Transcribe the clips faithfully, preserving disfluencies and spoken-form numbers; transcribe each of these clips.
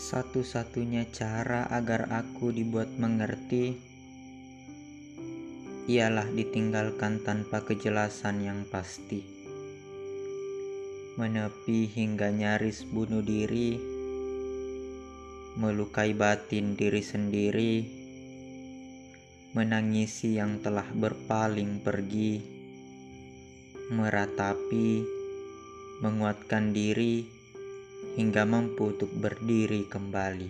Satu-satunya cara agar aku dibuat mengerti ialah ditinggalkan tanpa kejelasan yang pasti. Menepi hingga nyaris bunuh diri, melukai batin diri sendiri, menangisi yang telah berpaling pergi, meratapi, menguatkan diri, hingga mampu untuk berdiri kembali.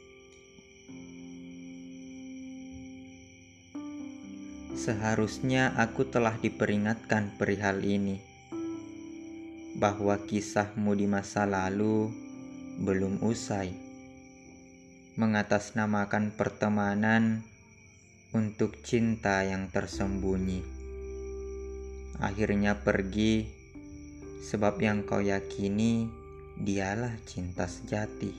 Seharusnya aku telah diperingatkan perihal ini, bahwa kisahmu di masa lalu belum usai, mengatasnamakan pertemanan untuk cinta yang tersembunyi. Akhirnya pergi, sebab yang kau yakini dialah cinta sejati.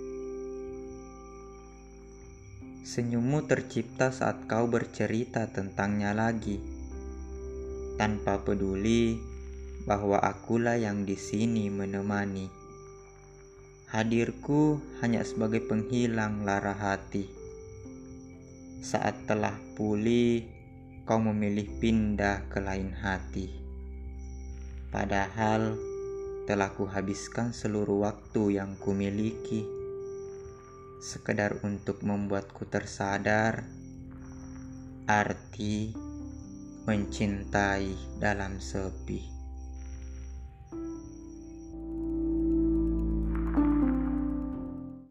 Senyummu tercipta saat kau bercerita tentangnya lagi, tanpa peduli bahwa akulah yang di sini menemani. Hadirku hanya sebagai penghilang lara hati. Saat telah pulih, kau memilih pindah ke lain hati. Padahal telah kuhabiskan seluruh waktu yang kumiliki, sekedar untuk membuatku tersadar arti mencintai dalam sepi.